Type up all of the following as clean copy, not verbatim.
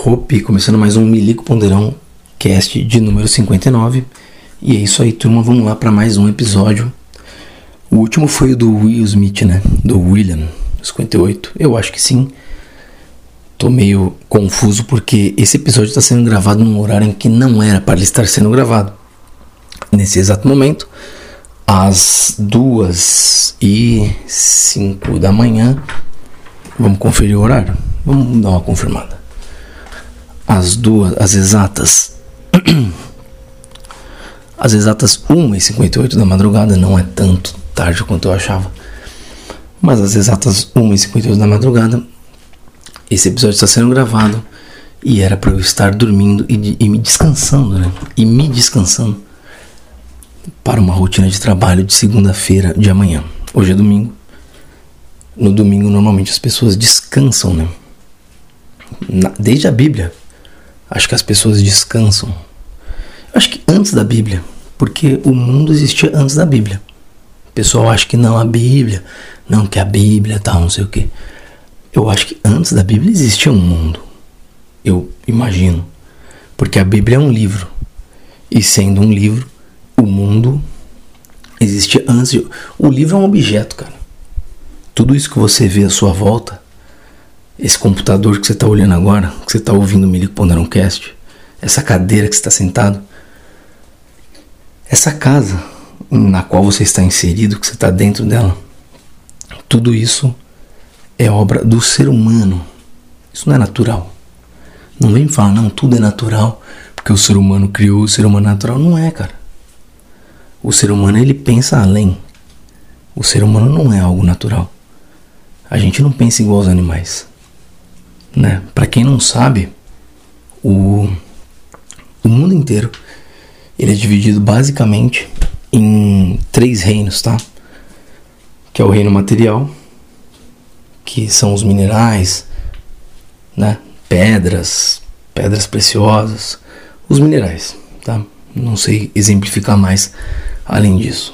Hope, começando mais um Milico Ponderão Cast de número 59. E é isso aí, turma, vamos lá para mais um episódio. O último foi o do Will Smith, né? Do William, 58. Eu acho que sim. Tô meio confuso porque esse episódio está sendo gravado num horário em que não era para ele estar sendo gravado. Nesse exato momento, às 2h05 da manhã. Vamos conferir o horário? Vamos dar uma confirmada. As exatas 1h58 da madrugada, não é tanto tarde quanto eu achava, mas às exatas 1h58 da madrugada, esse episódio está sendo gravado e era para eu estar dormindo e me descansando, né? E me descansando para uma rotina de trabalho de segunda-feira de amanhã. Hoje é domingo. No domingo, normalmente, as pessoas descansam, né? Desde a Bíblia, acho que as pessoas descansam. Acho que antes da Bíblia, porque o mundo existia antes da Bíblia. O pessoal acha que não, a Bíblia, não, que a Bíblia tal, não sei o que. Eu acho que antes da Bíblia existia um mundo. Eu imagino. Porque a Bíblia é um livro. E sendo um livro, o mundo existia antes. O livro é um objeto, cara. Tudo isso que você vê à sua volta, esse computador que você está olhando agora, que você está ouvindo o Milico Ponderão Cast, essa cadeira que você está sentado, essa casa na qual você está inserido, que você está dentro dela, tudo isso é obra do ser humano. Isso não é natural. Não vem me falar, não, tudo é natural, porque o ser humano criou o ser humano natural. Não é, cara. O ser humano, ele pensa além. O ser humano não é algo natural. A gente não pensa igual aos animais, né? Para quem não sabe, o mundo inteiro ele é dividido basicamente em 3 reinos, tá? Que é o reino material, que são os minerais, né? Pedras preciosas, os minerais, tá? Não sei exemplificar mais além disso.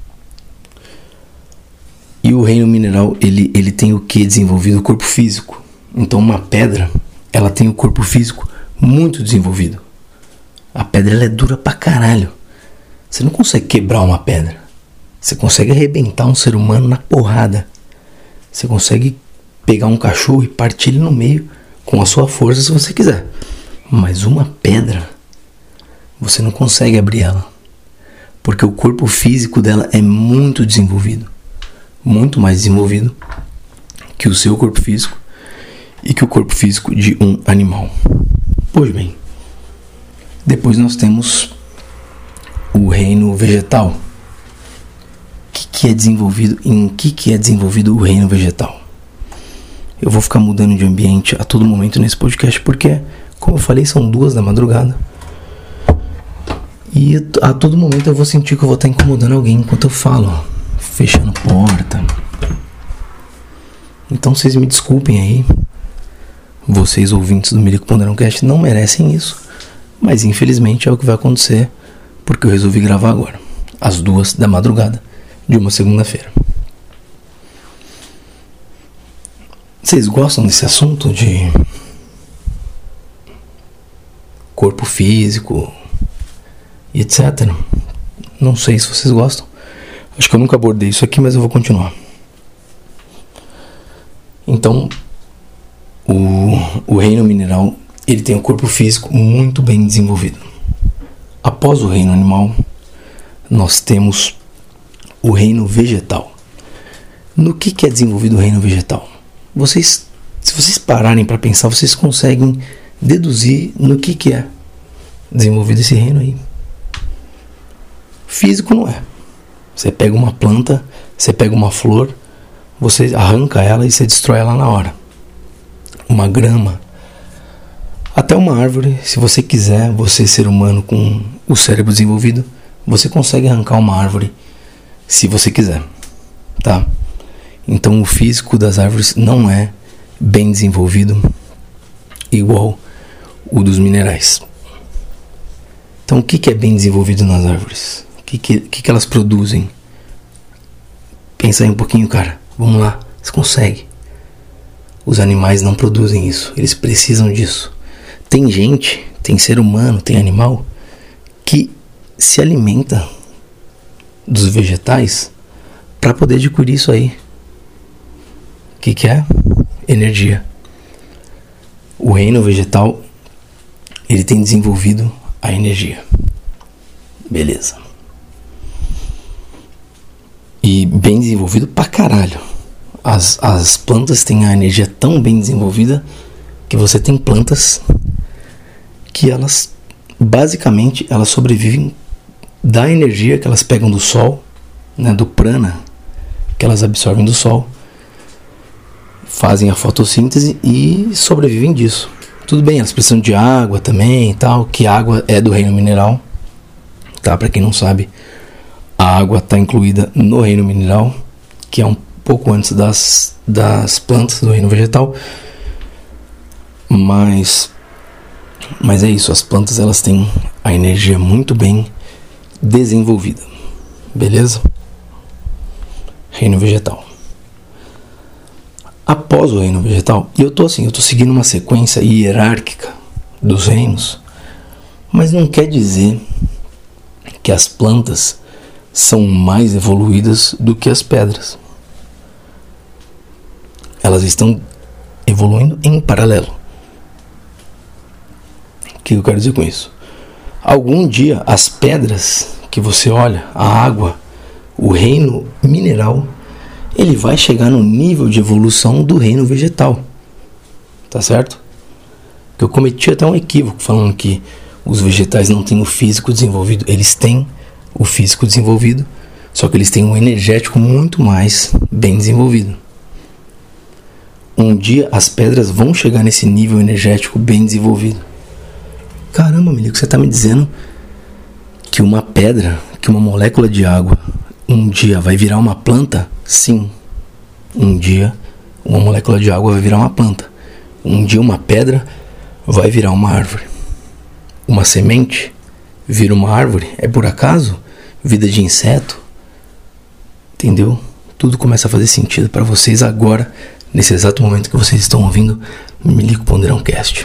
E o reino mineral, ele tem o que desenvolvido? O corpo físico. Então uma pedra, ela tem o corpo físico muito desenvolvido. A pedra, ela é dura pra caralho. Você não consegue quebrar uma pedra. Você consegue arrebentar um ser humano na porrada. Você consegue pegar um cachorro e partir ele no meio com a sua força se você quiser. Mas uma pedra, você não consegue abrir ela. Porque o corpo físico dela é muito desenvolvido. Muito mais desenvolvido que o seu corpo físico e que o corpo físico de um animal. Pois bem, depois nós temos o reino vegetal. Em que é desenvolvido o reino vegetal? Eu vou ficar mudando de ambiente a todo momento nesse podcast porque, como eu falei, são 2 da madrugada. E a todo momento eu vou sentir que eu vou estar incomodando alguém enquanto eu falo, fechando porta. Então vocês me desculpem aí. Vocês ouvintes do Milico Ponderão Cast não merecem isso, mas infelizmente é o que vai acontecer, porque eu resolvi gravar agora, às 2 da madrugada de uma segunda-feira. Vocês gostam desse assunto de corpo físico e etc? Não sei se vocês gostam. Acho que eu nunca abordei isso aqui, mas eu vou continuar. Então, o reino mineral, ele tem o corpo físico muito bem desenvolvido. Após o reino animal, nós temos o reino vegetal. No que é desenvolvido o reino vegetal? Se vocês pararem para pensar, vocês conseguem deduzir no que é desenvolvido esse reino aí. Físico não é. Você pega uma planta, você pega uma flor, você arranca ela e você destrói ela na hora. Uma grama, até uma árvore, se você quiser, você ser humano com o cérebro desenvolvido, você consegue arrancar uma árvore se você quiser, tá? Então o físico das árvores não é bem desenvolvido igual o dos minerais. Então o que é bem desenvolvido nas árvores? O que elas produzem? Pensa aí um pouquinho, cara. Vamos lá, você consegue. Os animais não produzem isso, eles precisam disso. Tem gente, tem ser humano, tem animal que se alimenta dos vegetais para poder adquirir isso aí. O que é? Energia. O reino vegetal, ele tem desenvolvido a energia. Beleza. E bem desenvolvido pra caralho. As plantas têm a energia tão bem desenvolvida que você tem plantas que elas, basicamente, elas sobrevivem da energia que elas pegam do sol, né, do prana, que elas absorvem do sol, fazem a fotossíntese e sobrevivem disso. Tudo bem, elas precisam de água também e tal, que água é do reino mineral, tá? Para quem não sabe, a água está incluída no reino mineral, que é um pouco antes das plantas do reino vegetal, mas é isso, as plantas elas têm a energia muito bem desenvolvida, beleza? Reino vegetal. Após o reino vegetal, e eu tô seguindo uma sequência hierárquica dos reinos, mas não quer dizer que as plantas são mais evoluídas do que as pedras. Elas estão evoluindo em paralelo. O que eu quero dizer com isso? Algum dia as pedras que você olha, a água, o reino mineral, ele vai chegar no nível de evolução do reino vegetal. Tá certo? Eu cometi até um equívoco falando que os vegetais não têm o físico desenvolvido. Eles têm o físico desenvolvido, só que eles têm um energético muito mais bem desenvolvido. Um dia as pedras vão chegar nesse nível energético bem desenvolvido. Caramba, Milico, você está me dizendo que uma pedra, que uma molécula de água, um dia vai virar uma planta? Sim. Um dia uma molécula de água vai virar uma planta. Um dia uma pedra vai virar uma árvore. Uma semente vira uma árvore. É por acaso? Vida de inseto? Entendeu? Tudo começa a fazer sentido para vocês agora, nesse exato momento que vocês estão ouvindo Milico Ponderão Cast.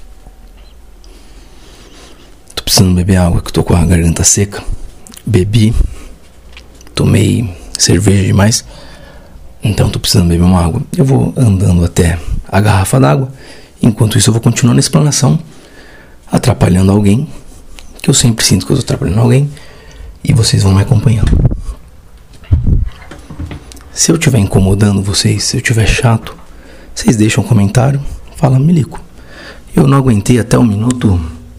Tô precisando beber água, que tô com a garganta seca. Bebi, tomei cerveja demais, então tô precisando beber uma água. Eu vou andando até a garrafa d'água. Enquanto isso eu vou continuar na explanação, atrapalhando alguém, que eu sempre sinto que eu tô atrapalhando alguém, e vocês vão me acompanhando. Se eu estiver incomodando vocês, se eu estiver chato, vocês deixam um comentário, fala: Milico, eu não aguentei até o minuto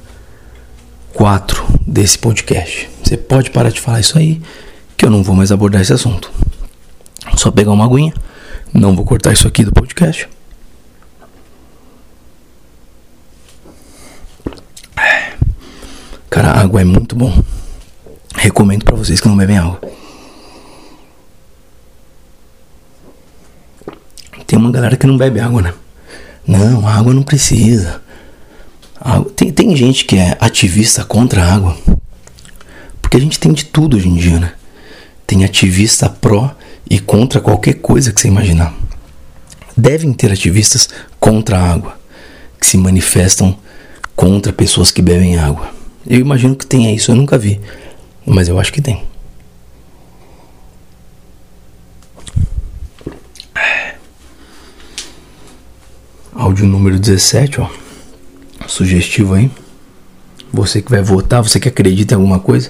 4 desse podcast. Você pode parar de falar isso aí, que eu não vou mais abordar esse assunto. Só pegar uma aguinha, não vou cortar isso aqui do podcast. Cara, a água é muito bom. Recomendo pra vocês que não bebem água. Tem uma galera que não bebe água, né? Não, a água não precisa. Tem gente que é ativista contra a água. Porque a gente tem de tudo hoje em dia, né? Tem ativista pró e contra qualquer coisa que você imaginar. Devem ter ativistas contra a água, que se manifestam contra pessoas que bebem água. Eu imagino que tenha isso, eu nunca vi, mas eu acho que tem. Áudio número 17, ó. Sugestivo aí. Você que vai votar, você que acredita em alguma coisa.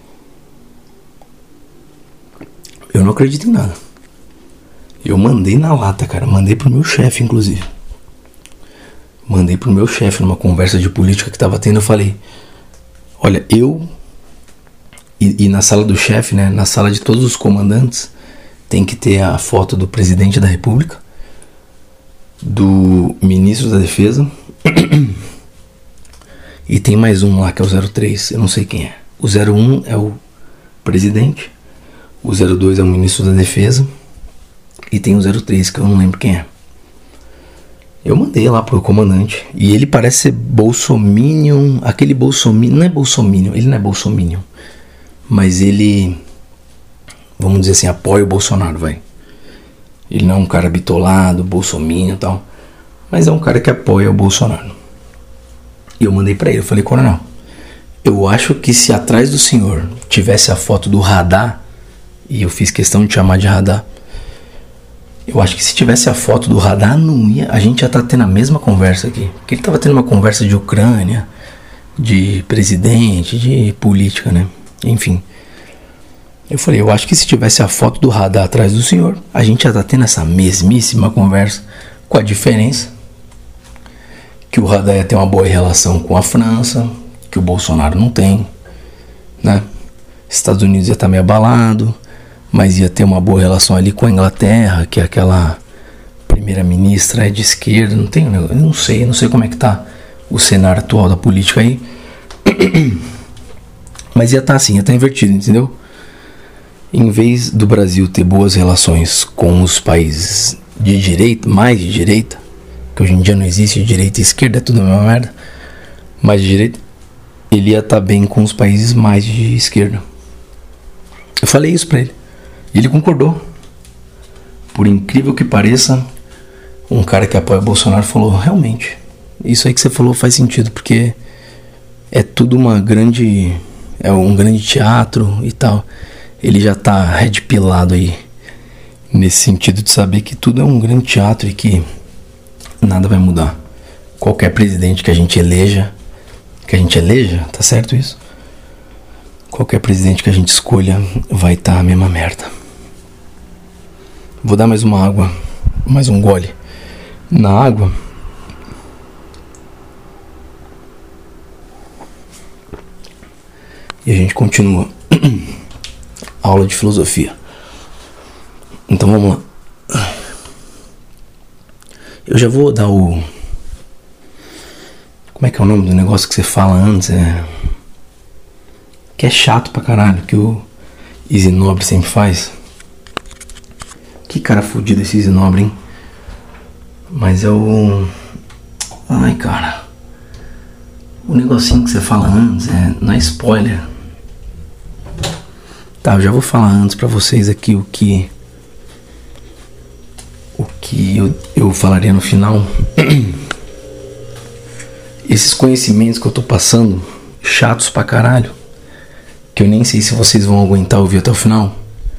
Eu não acredito em nada. Eu mandei na lata, cara. Mandei pro meu chefe, inclusive. Mandei pro meu chefe numa conversa de política que tava tendo. Eu falei: olha, eu... E na sala do chefe, né? Na sala de todos os comandantes, tem que ter a foto do presidente da república, do ministro da defesa, e tem mais um lá que é o 03, eu não sei quem é. O 01 é o presidente, o 02 é o ministro da defesa, e tem o 03 que eu não lembro quem é. Eu mandei lá pro comandante, e ele parece ser bolsominion, aquele bolsominion, não é bolsominion, ele não é bolsominion, mas ele, vamos dizer assim, apoia o Bolsonaro, vai. Ele não é um cara bitolado, bolsominion e tal, mas é um cara que apoia o Bolsonaro. E eu mandei pra ele, eu falei: coronel, eu acho que se atrás do senhor tivesse a foto do radar, e eu fiz questão de chamar de radar, eu acho que se tivesse a foto do radar, a gente já tá tendo a mesma conversa aqui. Porque ele tava tendo uma conversa de Ucrânia, de presidente, de política, né? Enfim. Eu falei: eu acho que se tivesse a foto do radar atrás do senhor, a gente já tá tendo essa mesmíssima conversa, com a diferença que o radar ia ter uma boa relação com a França, que o Bolsonaro não tem, né? Estados Unidos ia estar meio abalado, mas ia ter uma boa relação ali com a Inglaterra, que é aquela primeira-ministra de esquerda, não sei como é que tá o cenário atual da política aí, mas ia estar assim, ia estar invertido, entendeu? Em vez do Brasil ter boas relações com os países de direita, mais de direita, que hoje em dia não existe direita e esquerda, é tudo a mesma merda, mais de direita, ele ia estar bem com os países mais de esquerda. Eu falei isso pra ele, e ele concordou. Por incrível que pareça, um cara que apoia o Bolsonaro falou: realmente, isso aí que você falou faz sentido, porque é tudo um grande teatro e tal. Ele já tá redpilado aí, nesse sentido de saber que tudo é um grande teatro e que nada vai mudar. Qualquer presidente que a gente eleja, tá certo isso? Qualquer presidente que a gente escolha vai estar a mesma merda. Vou dar mais uma água, mais um gole na água. E a gente continua aula de filosofia. Então vamos lá. Eu já vou dar o... Como é que é o nome do negócio que você fala antes? Que é chato pra caralho, que o Easy Nobre sempre faz. Que cara fudido esse Easy Nobre, hein? Mas é o... Ai, cara. O negocinho que você fala antes não é spoiler. Tá, eu já vou falar antes pra vocês aqui o que eu falaria no final. Esses conhecimentos que eu tô passando, chatos pra caralho, que eu nem sei se vocês vão aguentar ouvir até o final,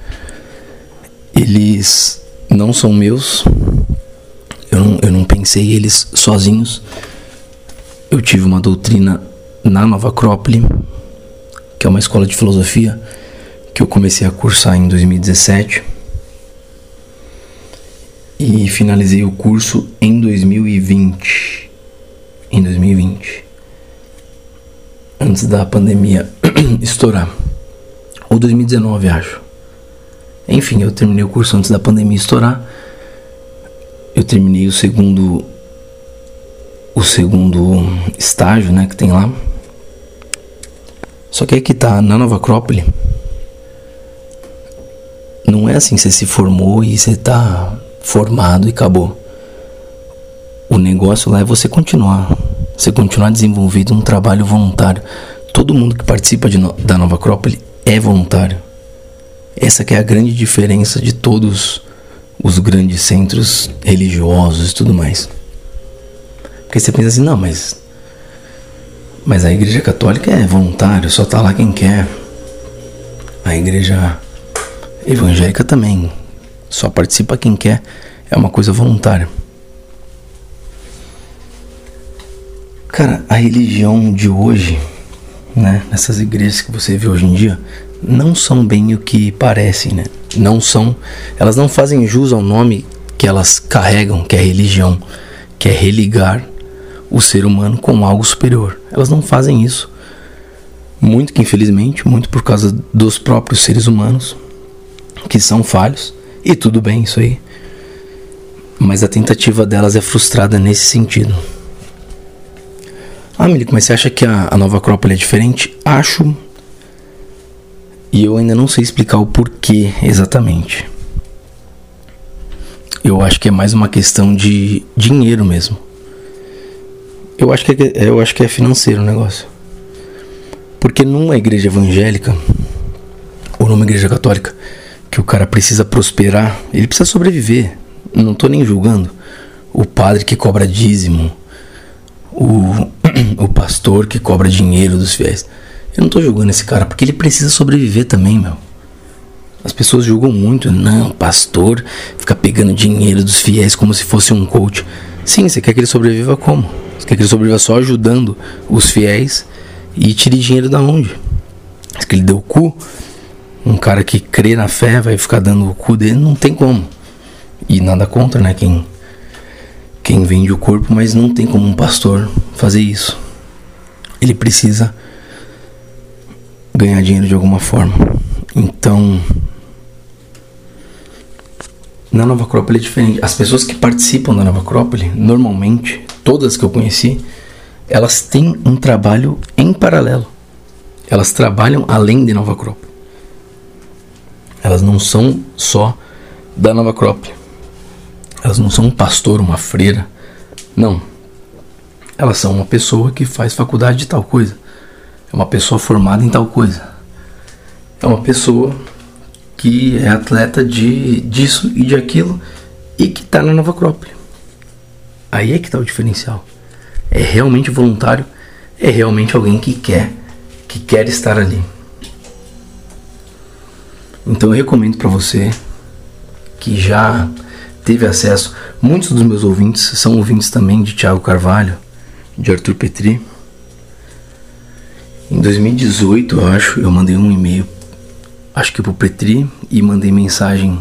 eles não são meus. Eu não pensei eles sozinhos. Eu tive uma doutrina na Nova Acrópole, que é uma escola de filosofia que eu comecei a cursar em 2017 e finalizei o curso em 2020. Antes da pandemia estourar, ou 2019, acho. Enfim, eu terminei o curso antes da pandemia estourar. Eu terminei o segundo estágio, né, que tem lá. Só que aí que tá, na Nova Acrópole, não é assim, você se formou e você tá formado e acabou. O negócio lá é você continuar desenvolvendo um trabalho voluntário. Todo mundo que participa da Nova Acrópole é voluntário. Essa que é a grande diferença de todos os grandes centros religiosos e tudo mais. Porque você pensa assim: não, mas a igreja católica é voluntário, só tá lá quem quer. A igreja evangélica também, só participa quem quer, é uma coisa voluntária. Cara, a religião de hoje, né, nessas igrejas que você vê hoje em dia, não são bem o que parecem, né? Elas não fazem jus ao nome que elas carregam, que é religião, que é religar o ser humano com algo superior. Elas não fazem isso. Muito que infelizmente, muito por causa dos próprios seres humanos, que são falhos, e tudo bem isso aí. Mas a tentativa delas é frustrada nesse sentido. Ah, Milico, mas você acha que a Nova Acrópole é diferente? Acho. E eu ainda não sei explicar o porquê exatamente. Eu acho que é mais uma questão de dinheiro mesmo. Eu acho que é financeiro o negócio. Porque numa igreja evangélica ou numa igreja católica, que o cara precisa prosperar, ele precisa sobreviver. Não tô nem julgando o padre que cobra dízimo, o o pastor que cobra dinheiro dos fiéis. Eu não tô julgando esse cara, porque ele precisa sobreviver também, meu. As pessoas julgam muito. Não, pastor fica pegando dinheiro dos fiéis como se fosse um coach. Sim, você quer que ele sobreviva como? Você quer que ele sobreviva só ajudando os fiéis e tire dinheiro da onde? Se que ele deu o cu, um cara que crê na fé vai ficar dando o cu dele, não tem como. E nada contra, né, quem vende o corpo, mas não tem como um pastor fazer isso. Ele precisa ganhar dinheiro de alguma forma. Então, na Nova Acrópole é diferente. As pessoas que participam da Nova Acrópole, normalmente, todas que eu conheci, elas têm um trabalho em paralelo. Elas trabalham além de Nova Acrópole. Elas não são só da Nova Acrópole. Elas não são um pastor, uma freira. Não. Elas são uma pessoa que faz faculdade de tal coisa. É uma pessoa formada em tal coisa. É uma pessoa que é atleta disso e de aquilo e que está na Nova Acrópole. Aí é que está o diferencial. É realmente voluntário. É realmente alguém que quer estar ali. Então eu recomendo para você que já teve acesso. Muitos dos meus ouvintes são ouvintes também de Thiago Carvalho, de Arthur Petri. Em 2018, eu acho, eu mandei um e-mail, acho que pro Petri, e mandei mensagem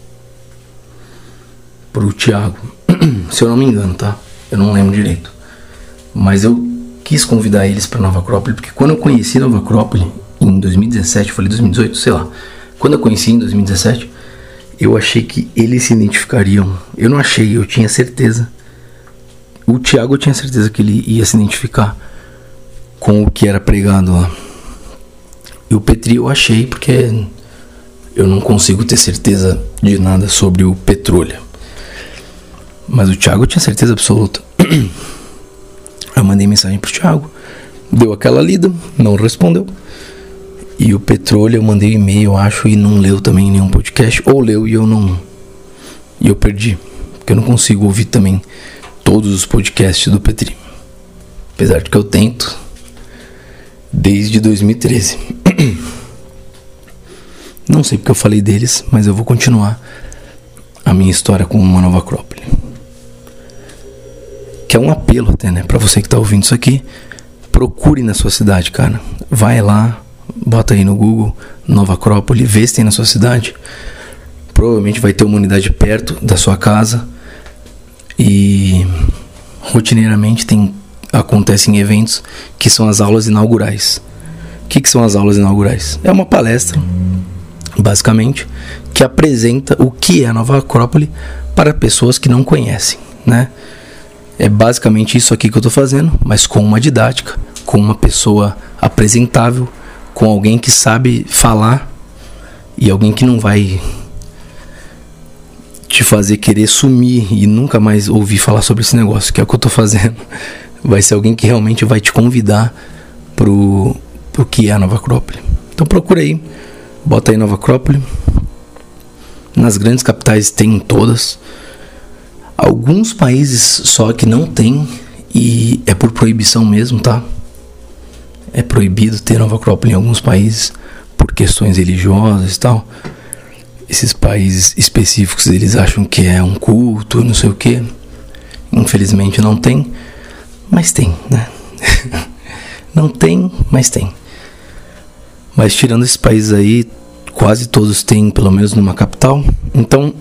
pro Thiago. Se eu não me engano, tá? Eu não lembro direito. Mas eu quis convidar eles pra Nova Acrópole, porque quando eu conheci Nova Acrópole, em 2017, eu falei 2018, sei lá. Quando eu conheci em 2017, eu achei que eles se identificariam. Eu não achei, eu tinha certeza. O Thiago, eu tinha certeza que ele ia se identificar com o que era pregado lá. E o Petri eu achei, porque eu não consigo ter certeza de nada sobre o Petrolha. Mas o Thiago eu tinha certeza absoluta. Eu mandei mensagem pro Thiago, deu aquela lida, não respondeu. E o Petrolha eu mandei e-mail, eu acho, e não leu também nenhum podcast. Ou leu e eu perdi. Porque eu não consigo ouvir também todos os podcasts do Petri. Apesar de que eu tento desde 2013. Não sei porque eu falei deles, mas eu vou continuar a minha história com uma Nova Acrópole. Que é um apelo até, né? Pra você que tá ouvindo isso aqui, procure na sua cidade, cara. Vai lá, bota aí no Google Nova Acrópole, vê se tem na sua cidade. Provavelmente vai ter uma unidade perto da sua casa. E rotineiramente acontecem eventos que são as aulas inaugurais. O que são as aulas inaugurais? É uma palestra, basicamente, que apresenta o que é a Nova Acrópole para pessoas que não conhecem, né? É basicamente isso aqui que eu estou fazendo, mas com uma didática, com uma pessoa apresentável, com alguém que sabe falar e alguém que não vai te fazer querer sumir e nunca mais ouvir falar sobre esse negócio, que é o que eu estou fazendo. Vai ser alguém que realmente vai te convidar pro que é a Nova Acrópole. Então procura aí, bota aí Nova Acrópole. Nas grandes capitais tem todas. Alguns países só que não tem, e é por proibição mesmo, tá? É proibido ter Nova Acrópole em alguns países por questões religiosas e tal. Esses países específicos, eles acham que é um culto, não sei o que. Infelizmente não tem, mas tem, né? Não tem, mas tem. Mas tirando esses países aí, quase todos têm, pelo menos numa capital. Então,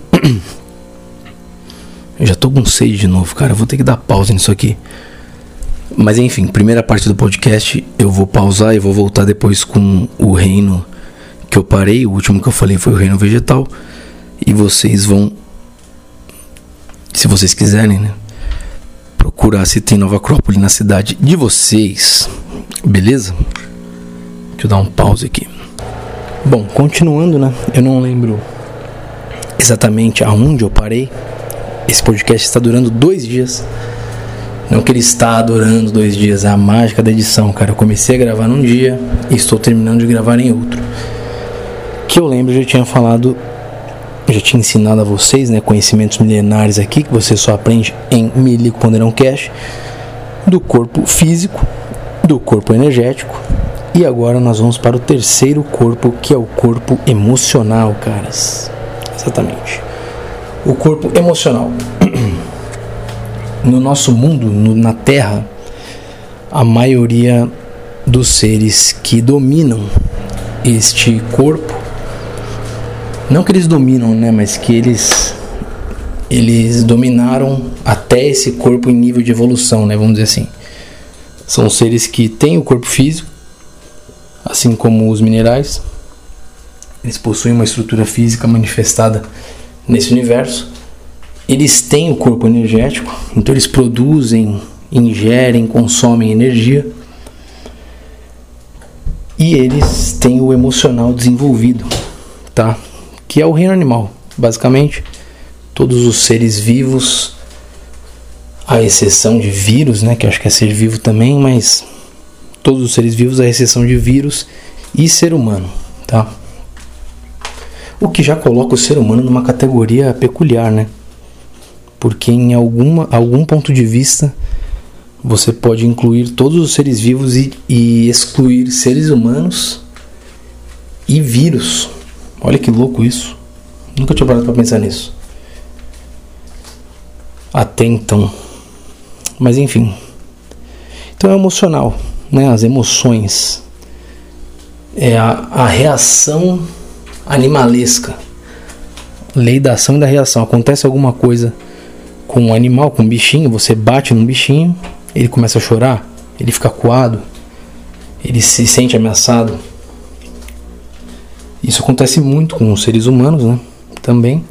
eu já tô com sede de novo, cara. Eu vou ter que dar pausa nisso aqui. Mas enfim, primeira parte do podcast eu vou pausar e vou voltar depois com o reino que eu parei. O último que eu falei foi o reino vegetal. E vocês vão, se vocês quiserem, né, procurar se tem Nova Acrópole na cidade de vocês. Beleza? Deixa eu dar um pause aqui. Bom, continuando, né? Eu não lembro exatamente aonde eu parei. Esse podcast está durando 2 dias. Não que ele está durando 2 dias, é a mágica da edição, cara. Eu comecei a gravar num dia e estou terminando de gravar em outro. Que eu lembro, eu já tinha falado, eu já tinha ensinado a vocês, né, conhecimentos milenares aqui, que você só aprende em Me Liga com o Ponderão Cash. do corpo físico, do corpo energético, e agora nós vamos para o terceiro corpo, que é o corpo emocional, caras. Exatamente. O corpo emocional. No nosso mundo, na Terra, a maioria dos seres que dominam este corpo, não que eles dominam, né, mas que eles dominaram até esse corpo em nível de evolução, né, vamos dizer assim. São seres que têm o corpo físico, assim como os minerais. Eles possuem uma estrutura física manifestada nesse universo. Eles têm o corpo energético, então eles produzem, ingerem, consomem energia. E eles têm o emocional desenvolvido, tá? Que é o reino animal, basicamente. Todos os seres vivos, à exceção de vírus, né? Que eu acho que é ser vivo também, mas todos os seres vivos, à exceção de vírus e ser humano, tá? O que já coloca o ser humano numa categoria peculiar, né? Porque em algum ponto de vista você pode incluir todos os seres vivos e excluir seres humanos e vírus. Olha que louco isso. Nunca tinha parado para pensar nisso até então. Mas enfim. Então é emocional, né? As emoções. É a reação animalesca. Lei da ação e da reação. Acontece alguma coisa com um animal, com um bichinho, você bate num bichinho, ele começa a chorar, ele fica acuado, ele se sente ameaçado. Isso acontece muito com os seres humanos, né? Também.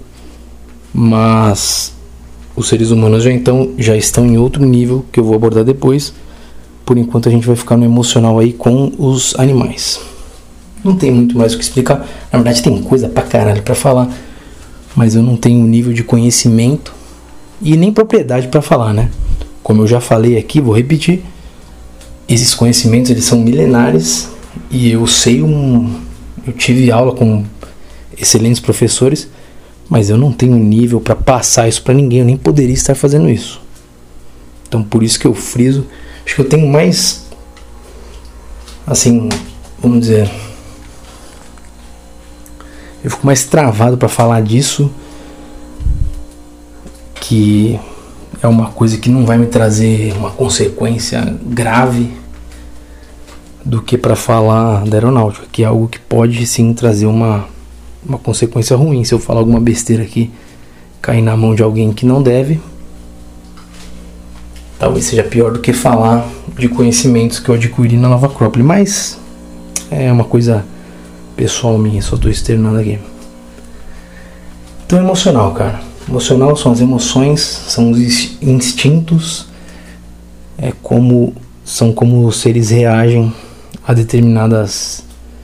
Mas os seres humanos já estão em outro nível que eu vou abordar depois. Por enquanto a gente vai ficar no emocional aí com os animais. Não tem muito mais o que explicar. Na verdade tem coisa pra caralho pra falar, mas eu não tenho nível de conhecimento e nem propriedade para falar, né? Como eu já falei aqui, vou repetir. Esses conhecimentos, eles são milenares e eu tive aula com excelentes professores, mas eu não tenho nível para passar isso para ninguém, eu nem poderia estar fazendo isso. Então por isso que eu friso, acho que eu tenho mais, assim, vamos dizer, eu fico mais travado para falar disso, que é uma coisa que não vai me trazer uma consequência grave, do que para falar da aeronáutica, que é algo que pode sim trazer uma consequência ruim. Se eu falar alguma besteira aqui, cair na mão de alguém que não deve, talvez seja pior do que falar de conhecimentos que eu adquiri na Nova Acrópole. Mas é uma coisa pessoal minha, só estou externando aqui. Então, emocional, cara. Emocional são as emoções, são os instintos, são como os seres reagem a determinados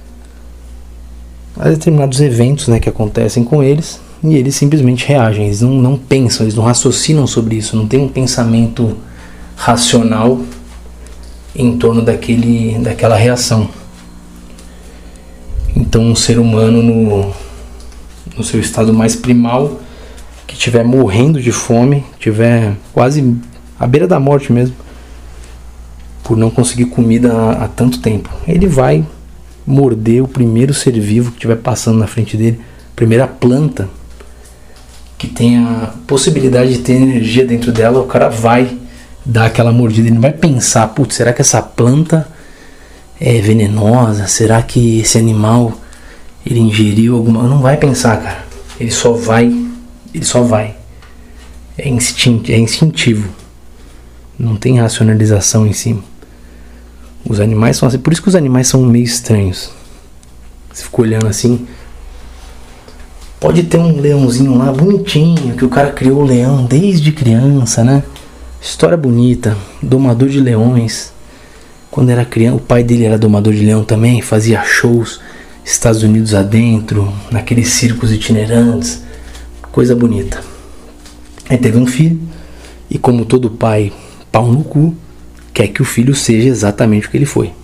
eventos, né, que acontecem com eles, e eles simplesmente reagem. Eles não pensam, eles não raciocinam sobre isso, não tem um pensamento racional em torno daquela reação. Então um ser humano no seu estado mais primal, que estiver morrendo de fome, estiver quase à beira da morte mesmo, por não conseguir comida há tanto tempo, ele vai morder o primeiro ser vivo que estiver passando na frente dele, a primeira planta que tem a possibilidade de ter energia dentro dela, o cara vai dar aquela mordida. Ele não vai pensar, putz, será que essa planta é venenosa? Será que esse animal ele ingeriu alguma... Não vai pensar, cara. Ele só vai. É instintivo. Não tem racionalização em cima. Os animais são assim. Por isso que os animais são meio estranhos. Você fica olhando assim. Pode ter um leãozinho lá bonitinho, que o cara criou o leão desde criança, né? História bonita. Domador de leões. Quando era criança, o pai dele era domador de leão também. Fazia shows Estados Unidos adentro, naqueles circos itinerantes. Coisa bonita. Aí teve um filho, e como todo pai, pau no cu, quer que o filho seja exatamente o que ele foi.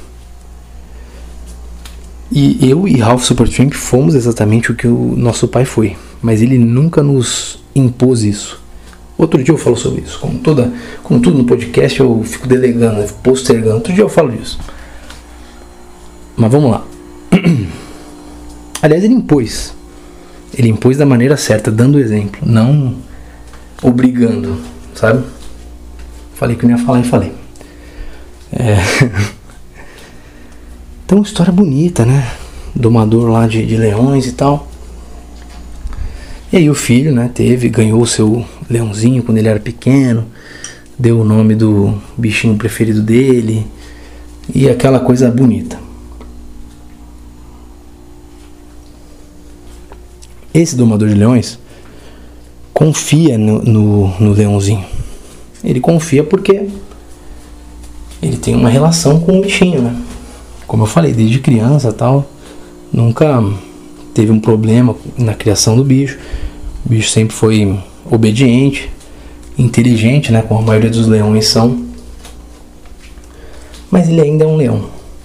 E eu e Ralph Supertramp fomos exatamente o que o nosso pai foi, mas ele nunca nos impôs isso. Outro dia eu falo sobre isso. Como tudo no podcast eu fico delegando, postergando. Outro dia eu falo disso. Mas vamos lá. Aliás, ele impôs. Ele impôs da maneira certa, dando o exemplo, não obrigando, sabe? Falei que eu não ia falar e falei. Então, história bonita, né? Domador lá de leões e tal. E aí o filho, né, ganhou o seu leãozinho quando ele era pequeno, deu o nome do bichinho preferido dele, e aquela coisa bonita. Esse domador de leões confia no leãozinho. Ele confia porque ele tem uma relação com o bichinho, né? Como eu falei, desde criança tal, nunca teve um problema na criação do bicho. O bicho sempre foi obediente, inteligente, né? Como a maioria dos leões são. Mas ele ainda é um leão.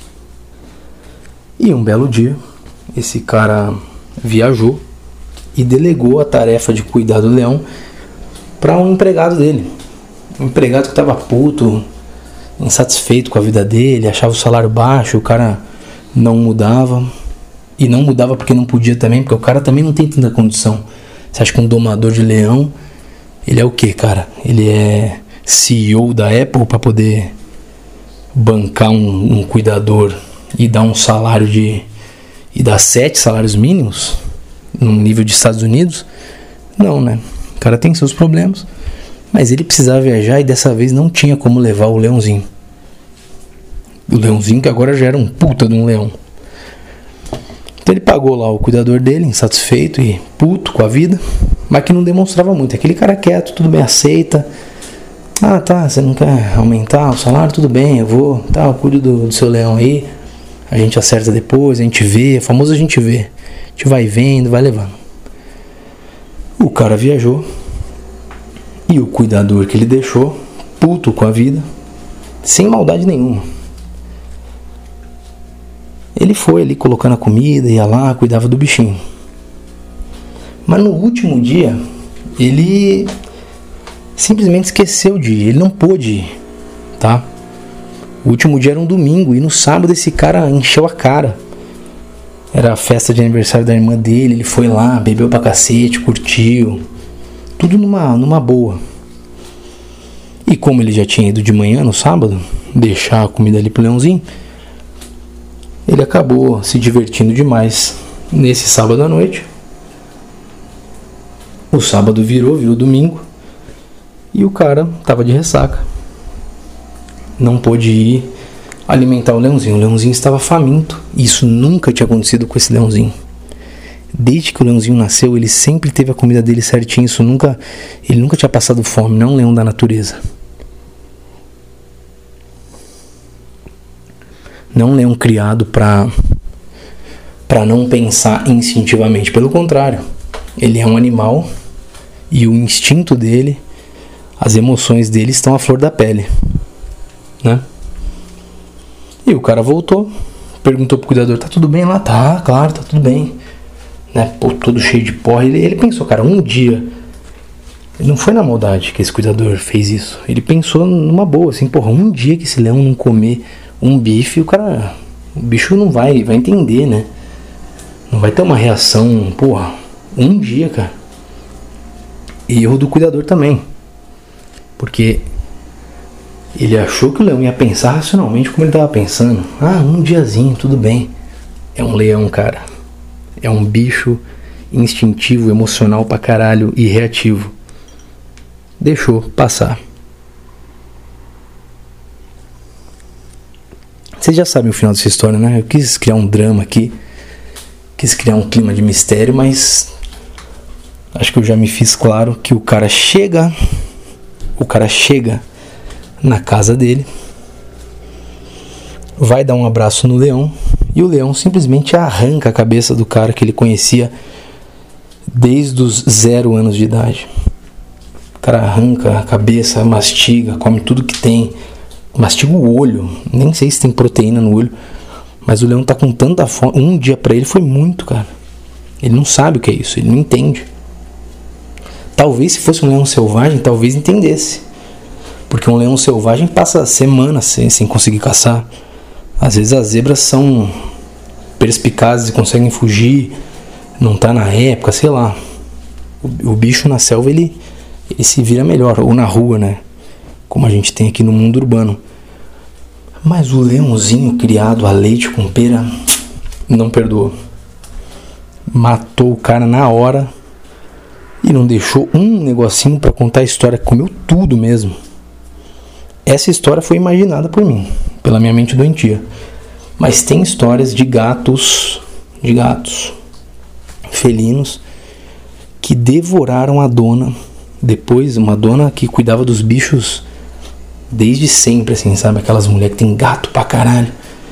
E um belo dia, esse cara viajou e delegou a tarefa de cuidar do leão para um empregado dele. Um empregado que estava puto, insatisfeito com a vida dele, achava o salário baixo, o cara não mudava. E não mudava porque não podia também, porque o cara também não tem tanta condição. Você acha que um domador de leão, ele é o quê, cara? Ele é CEO da Apple para poder bancar um cuidador e dar um salário e dar 7 salários mínimos num nível de Estados Unidos? Não, né? O cara tem seus problemas, mas ele precisava viajar e dessa vez não tinha como levar o leãozinho. O leãozinho que agora já era um puta de um leão. Então ele pagou lá o cuidador dele, insatisfeito e puto com a vida, mas que não demonstrava muito. Aquele cara quieto, tudo bem, aceita. Ah, tá, você não quer aumentar o salário? Tudo bem, eu vou, tá, eu cuido do seu leão aí. A gente acerta depois, a gente vê, famoso a gente vê. A gente vai vendo, vai levando. O cara viajou e o cuidador que ele deixou, puto com a vida, sem maldade nenhuma. Ele foi ali colocando a comida, ia lá, cuidava do bichinho. Mas no último dia, ele simplesmente esqueceu de ir, ele não pôde ir, tá? O último dia era um domingo e no sábado esse cara encheu a cara. Era a festa de aniversário da irmã dele, ele foi lá, bebeu pra cacete, curtiu. Tudo numa boa. E como ele já tinha ido de manhã no sábado, deixar a comida ali pro leãozinho, ele acabou se divertindo demais nesse sábado à noite. O sábado virou domingo e o cara tava de ressaca. Não pôde ir alimentar o leãozinho. O leãozinho estava faminto. Isso nunca tinha acontecido com esse leãozinho. Desde que o leãozinho nasceu, ele sempre teve a comida dele certinho. Ele nunca tinha passado fome, não é um leão da natureza. Não um leão criado para não pensar instintivamente. Pelo contrário, ele é um animal e o instinto dele, as emoções dele estão à flor da pele, né? E o cara voltou, perguntou pro cuidador: tá tudo bem lá? Tá, claro, tá tudo bem, né? Pô, todo cheio de porra. Ele pensou, cara, um dia, não foi na maldade que esse cuidador fez isso. Ele pensou numa boa, assim, porra, um dia que esse leão não comer um bife, o bicho não vai entender, né? Não vai ter uma reação, porra, um dia, cara. E erro do cuidador também, porque ele achou que o leão ia pensar racionalmente como ele estava pensando. Ah, um diazinho, tudo bem. É um leão, cara. É um bicho instintivo, emocional pra caralho e reativo. Deixou passar. Vocês já sabem o final dessa história, né? Eu quis criar um drama aqui, quis criar um clima de mistério, mas acho que eu já me fiz claro que o cara chega na casa dele, vai dar um abraço no leão e o leão simplesmente arranca a cabeça do cara que ele conhecia desde os 0 anos de idade. O cara arranca a cabeça, mastiga, come tudo que tem. Mastiga o olho, nem sei se tem proteína no olho, mas o leão tá com tanta fome. Um dia pra ele foi muito, cara. Ele não sabe o que é isso, ele não entende. Talvez se fosse um leão selvagem, talvez entendesse. Porque um leão selvagem passa semanas sem conseguir caçar. Às vezes as zebras são perspicazes e conseguem fugir, não tá na época, sei lá. O bicho na selva ele se vira melhor, ou na rua, né? Como a gente tem aqui no mundo urbano. Mas o leãozinho criado a leite com pera não perdoou. Matou o cara na hora e não deixou um negocinho pra contar a história, comeu tudo mesmo. Essa história foi imaginada por mim, pela minha mente doentia. Mas tem histórias de gatos felinos que devoraram a dona. Depois, uma dona que cuidava dos bichos desde sempre, assim, sabe? Aquelas mulheres que tem gato pra caralho.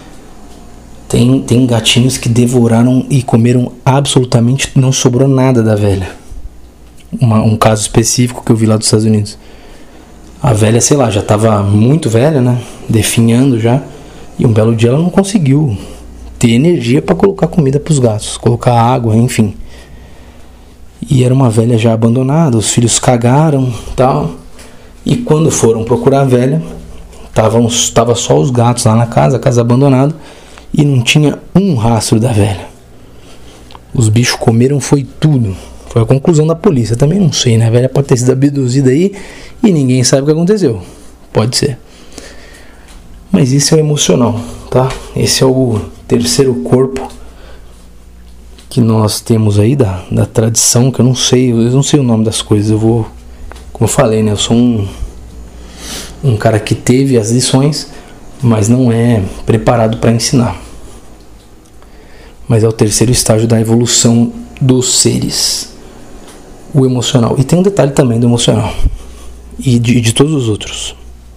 Tem gatinhos que devoraram e comeram absolutamente, não sobrou nada da velha. Um caso específico que eu vi lá dos Estados Unidos. A velha, sei lá, já tava muito velha, né? Definhando já. E um belo dia ela não conseguiu ter energia pra colocar comida pros gatos, colocar água, enfim. E era uma velha já abandonada, os filhos cagaram, tal. E quando foram procurar a velha, tava só os gatos lá na casa, a casa abandonada, e não tinha um rastro da velha. Os bichos comeram foi tudo. Foi a conclusão da polícia, também não sei, né? A velha pode ter sido abduzida aí e ninguém sabe o que aconteceu. Pode ser. Mas isso é o emocional, tá? Esse é o terceiro corpo que nós temos aí da tradição, que eu não sei o nome das coisas. Como eu falei, né? Eu sou um cara que teve as lições, mas não é preparado para ensinar. Mas é o terceiro estágio da evolução dos seres. O emocional. E tem um detalhe também do emocional. E de todos os outros.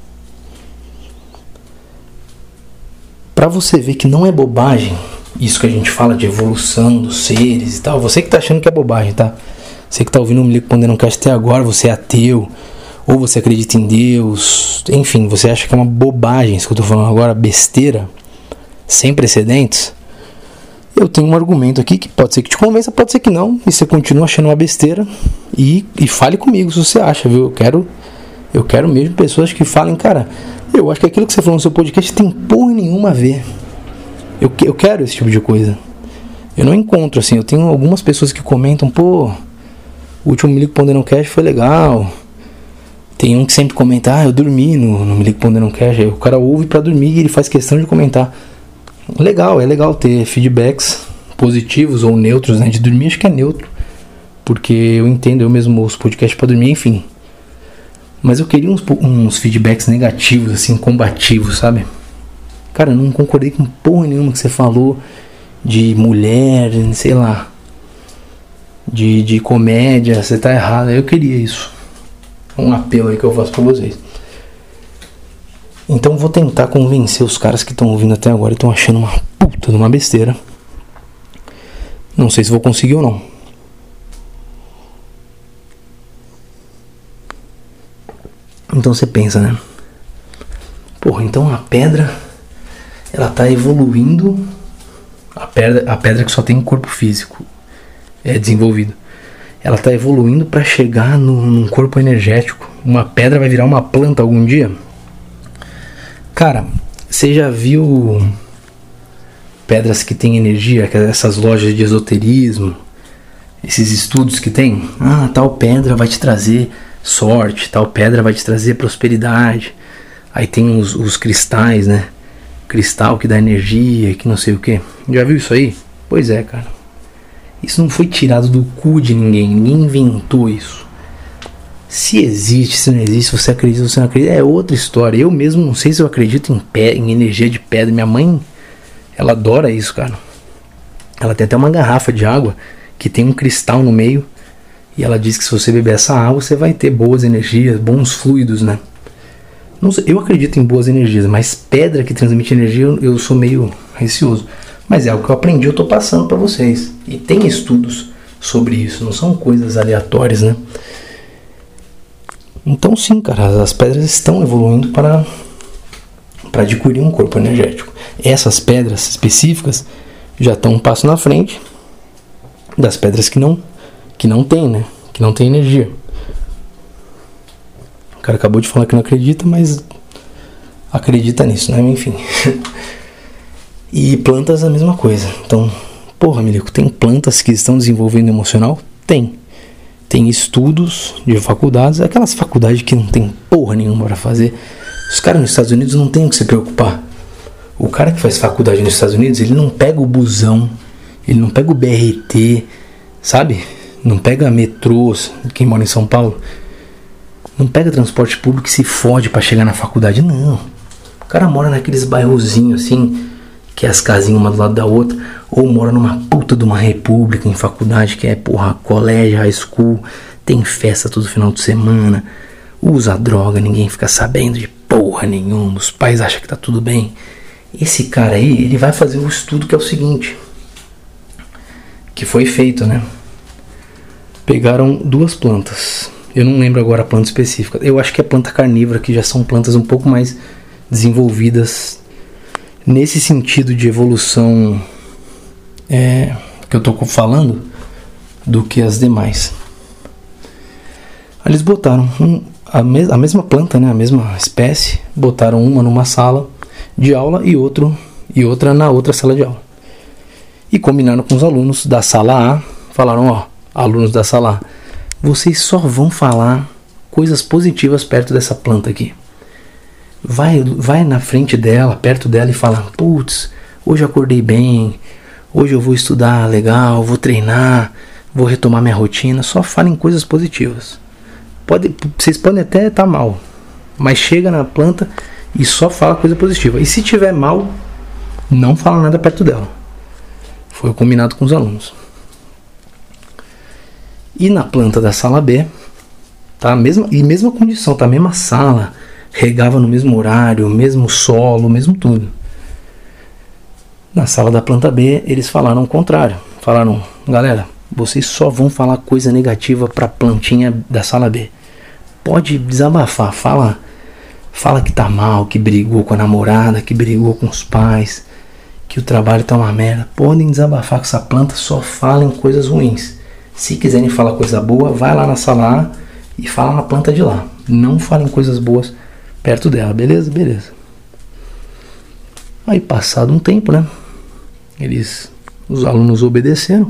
Para você ver que não é bobagem isso que a gente fala de evolução dos seres e tal. Você que tá achando que é bobagem, tá? Você que tá ouvindo o Me Liga Quando Eu Não Quero até agora, você é ateu, ou você acredita em Deus, enfim, você acha que é uma bobagem isso que eu tô falando agora, besteira, sem precedentes. Eu tenho um argumento aqui que pode ser que te convença, pode ser que não, e você continua achando uma besteira, e fale comigo se você acha, viu? Eu quero mesmo pessoas que falem, cara, eu acho que aquilo que você falou no seu podcast tem porra nenhuma a ver. Eu quero esse tipo de coisa. Eu não encontro, assim, eu tenho algumas pessoas que comentam, pô, o último Me Liga Quando Eu Não Quero foi legal. Tem um que sempre comenta, eu dormi no Me Liga Quando Eu Não Quero. O cara ouve pra dormir e ele faz questão de comentar. Legal, é legal ter feedbacks positivos ou neutros, né? De dormir acho que é neutro, porque eu entendo, eu mesmo ouço podcast pra dormir, enfim. Mas eu queria uns feedbacks negativos, assim, combativos, sabe? Cara, eu não concordei com porra nenhuma que você falou de mulher, sei lá, de comédia, você tá errado. Eu queria isso. Um apelo aí que eu faço pra vocês. Então vou tentar convencer os caras que estão ouvindo até agora e estão achando uma puta de uma besteira. Não sei se vou conseguir ou não. Então você pensa, né? Porra, então a pedra, ela tá evoluindo. A pedra que só tem um corpo físico é desenvolvido. Ela tá evoluindo para chegar num corpo energético. Uma pedra vai virar uma planta algum dia? Cara, você já viu pedras que têm energia? Essas lojas de esoterismo, esses estudos que tem? Tal pedra vai te trazer sorte, tal pedra vai te trazer prosperidade. Aí tem os cristais, né? Cristal que dá energia, que não sei o que. Já viu isso aí? Pois é, cara. Isso não foi tirado do cu de ninguém. Ninguém inventou isso. Se existe, se não existe, se você acredita, se você não acredita, é outra história. Eu mesmo não sei se eu acredito em energia de pedra. Minha mãe, ela adora isso, cara. Ela tem até uma garrafa de água que tem um cristal no meio. E ela diz que se você beber essa água, você vai ter boas energias, bons fluidos, né? Não sei, eu acredito em boas energias, mas pedra que transmite energia eu sou meio receoso. Mas é algo que eu aprendi, eu tô passando para vocês. E tem estudos sobre isso, não são coisas aleatórias, né? Então sim, cara, as pedras estão evoluindo para adquirir um corpo energético. Essas pedras específicas já estão um passo na frente das pedras que não tem, né? Que não tem energia. cara acabou de falar que não acredita, mas acredita nisso, né? Enfim. E plantas a mesma coisa. Então, porra, Milico, tem plantas que estão desenvolvendo emocional? Tem. Tem estudos de faculdades, aquelas faculdades que não tem porra nenhuma pra fazer. Os caras nos Estados Unidos não tem o que se preocupar. O cara que faz faculdade nos Estados Unidos, ele não pega o busão, ele não pega o BRT, sabe? Não pega metrôs, quem mora em São Paulo. Não pega transporte público e se fode pra chegar na faculdade, não. O cara mora naqueles bairrozinhos assim, que é as casinhas uma do lado da outra, ou mora numa puta de uma república em faculdade, que é porra, colégio, high school, tem festa todo final de semana, usa droga, ninguém fica sabendo de porra nenhuma, os pais acham que tá tudo bem. Esse cara aí, ele vai fazer um estudo que é o seguinte, que foi feito, né? Pegaram duas plantas, eu não lembro agora a planta específica, eu acho que é planta carnívora, que já são plantas um pouco mais desenvolvidas nesse sentido de evolução que eu tô falando, do que as demais. Eles botaram a mesma planta, né, a mesma espécie, botaram uma numa sala de aula e outra na outra sala de aula. E combinaram com os alunos da sala A, falaram, ó, alunos da sala A, vocês só vão falar coisas positivas perto dessa planta aqui. Vai na frente dela, perto dela e fala, putz, hoje eu acordei bem, hoje eu vou estudar legal, vou treinar, vou retomar minha rotina. Só falem coisas positivas. Vocês podem até estar mal, mas chega na planta e só fala coisa positiva. E se tiver mal, não fala nada perto dela. Foi combinado com os alunos. E na planta da sala B, tá? Mesma condição, tá? Mesma sala, regava no mesmo horário, mesmo solo, mesmo tudo. Na sala da planta B, eles falaram o contrário. Falaram, galera, vocês só vão falar coisa negativa pra plantinha da sala B. Pode desabafar, fala que tá mal, que brigou com a namorada, que brigou com os pais, que o trabalho tá uma merda. Podem desabafar com essa planta, só falem coisas ruins. Se quiserem falar coisa boa, vai lá na sala A e fala na planta de lá. Não falem coisas boas perto dela, beleza? Beleza. Aí passado um tempo, né? Os alunos obedeceram.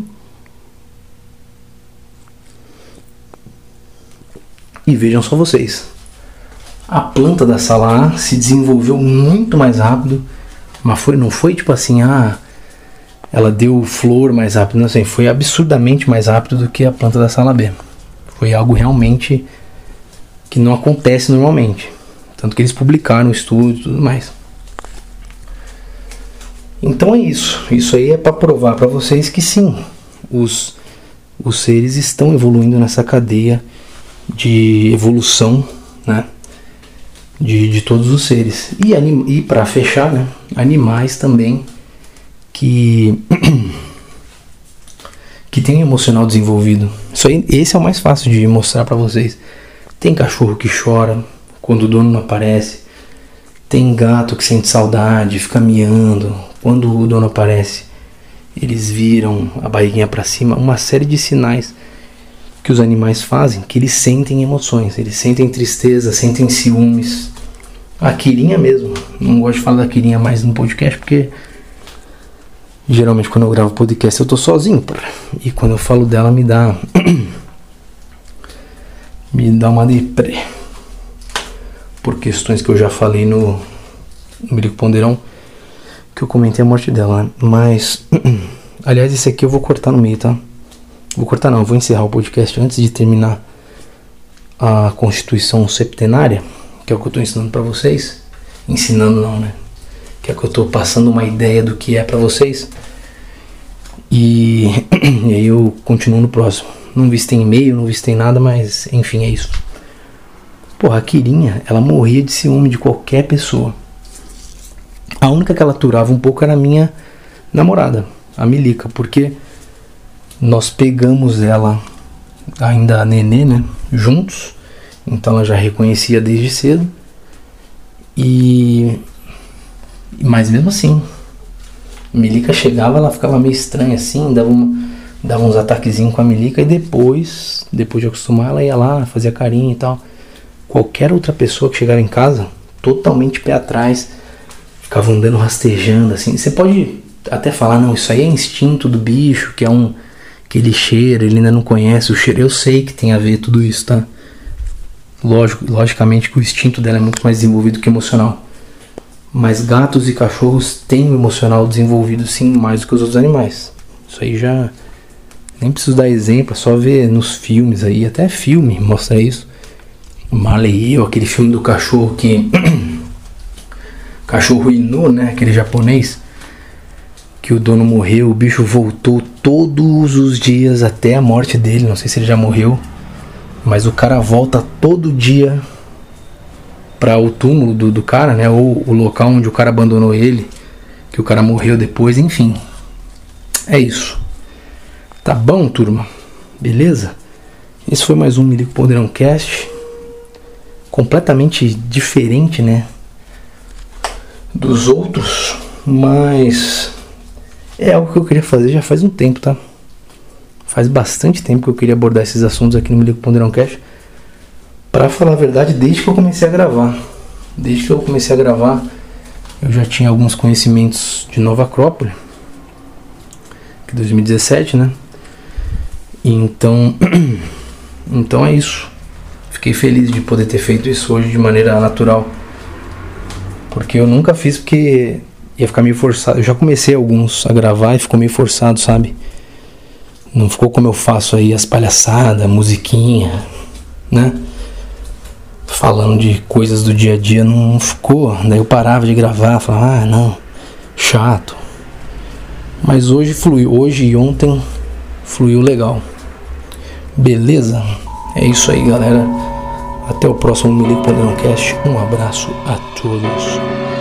E vejam só vocês. A planta da sala A se desenvolveu muito mais rápido. Mas não foi tipo assim, ela deu flor mais rápido. Não, assim, foi absurdamente mais rápido do que a planta da sala B. Foi algo realmente que não acontece normalmente. Tanto que eles publicaram o estudo e tudo mais. Então é isso. Isso aí é para provar para vocês que sim, os seres estão evoluindo nessa cadeia de evolução, né? De todos os seres. E para fechar, né? Animais também que tem emocional desenvolvido. Isso aí, esse é o mais fácil de mostrar para vocês. Tem cachorro que chora quando o dono não aparece. Tem gato que sente saudade, fica miando. Quando o dono aparece, eles viram a barriguinha para cima. Uma série de sinais que os animais fazem, que eles sentem emoções. Eles sentem tristeza, sentem ciúmes. A Quirinha mesmo. Não gosto de falar da Quirinha mais no podcast, porque geralmente quando eu gravo podcast eu tô sozinho, porra. E quando eu falo dela me dá uma deprê. Por questões que eu já falei no Brico Ponderão, que eu comentei a morte dela, né? Mas, aliás, esse aqui eu vou cortar no meio, tá? Vou cortar não, eu vou encerrar o podcast antes de terminar a Constituição Septenária, que é o que eu tô ensinando pra vocês. Ensinando não, né? Que é que eu tô passando uma ideia do que é pra vocês. E aí eu continuo no próximo. Não vi se tem e-mail, não vi se tem nada, mas enfim, é isso. Porra, a Quirinha, ela morria de ciúme de qualquer pessoa. A única que ela aturava um pouco era a minha namorada, a Milica, porque nós pegamos ela ainda a nenê, né, juntos. Então ela já reconhecia desde cedo. Mas mesmo assim, Milica chegava, ela ficava meio estranha assim, dava uns ataquezinhos com a Milica. E depois de acostumar, ela ia lá, fazia carinho e tal. qualquer outra pessoa que chegava em casa, totalmente pé atrás, ficava andando rastejando assim. Você pode até falar, não, isso aí é instinto do bicho, que é que ele cheira, ele ainda não conhece o cheiro. Eu sei que tem a ver tudo isso, tá? Logicamente que o instinto dela é muito mais desenvolvido que o emocional. Mas gatos e cachorros têm o emocional desenvolvido sim, mais do que os outros animais. Isso aí já nem preciso dar exemplo, é só ver nos filmes aí, até filme mostra isso. Marley e eu, aquele filme do cachorro que cachorro Inu, né, aquele japonês, que o dono morreu, o bicho voltou todos os dias até a morte dele. Não sei se ele já morreu, mas o cara volta todo dia para o túmulo do cara, né, ou o local onde o cara abandonou ele, que o cara morreu depois. Enfim, é isso. Tá bom, turma? Beleza? Esse foi mais um Me Liga pro Poderão Cast, completamente diferente, né, dos outros, mas é algo que eu queria fazer já faz um tempo, tá? Faz bastante tempo que eu queria abordar esses assuntos aqui no Me Liga pro Poderão Cast. Pra falar a verdade, desde que eu comecei a gravar. Desde que eu comecei a gravar, eu já tinha alguns conhecimentos de Nova Acrópole, que é 2017, né? Então é isso. Fiquei feliz de poder ter feito isso hoje de maneira natural, porque eu nunca fiz porque ia ficar meio forçado. Eu já comecei alguns a gravar e ficou meio forçado, sabe? Não ficou como eu faço aí, as palhaçadas, musiquinha, né? Falando de coisas do dia a dia, não ficou. Daí eu parava de gravar, falava, não, chato. Mas hoje fluiu, hoje e ontem fluiu legal. Beleza? É isso aí, galera. Até o próximo Me Liga pro Poderão Cast. Um abraço a todos.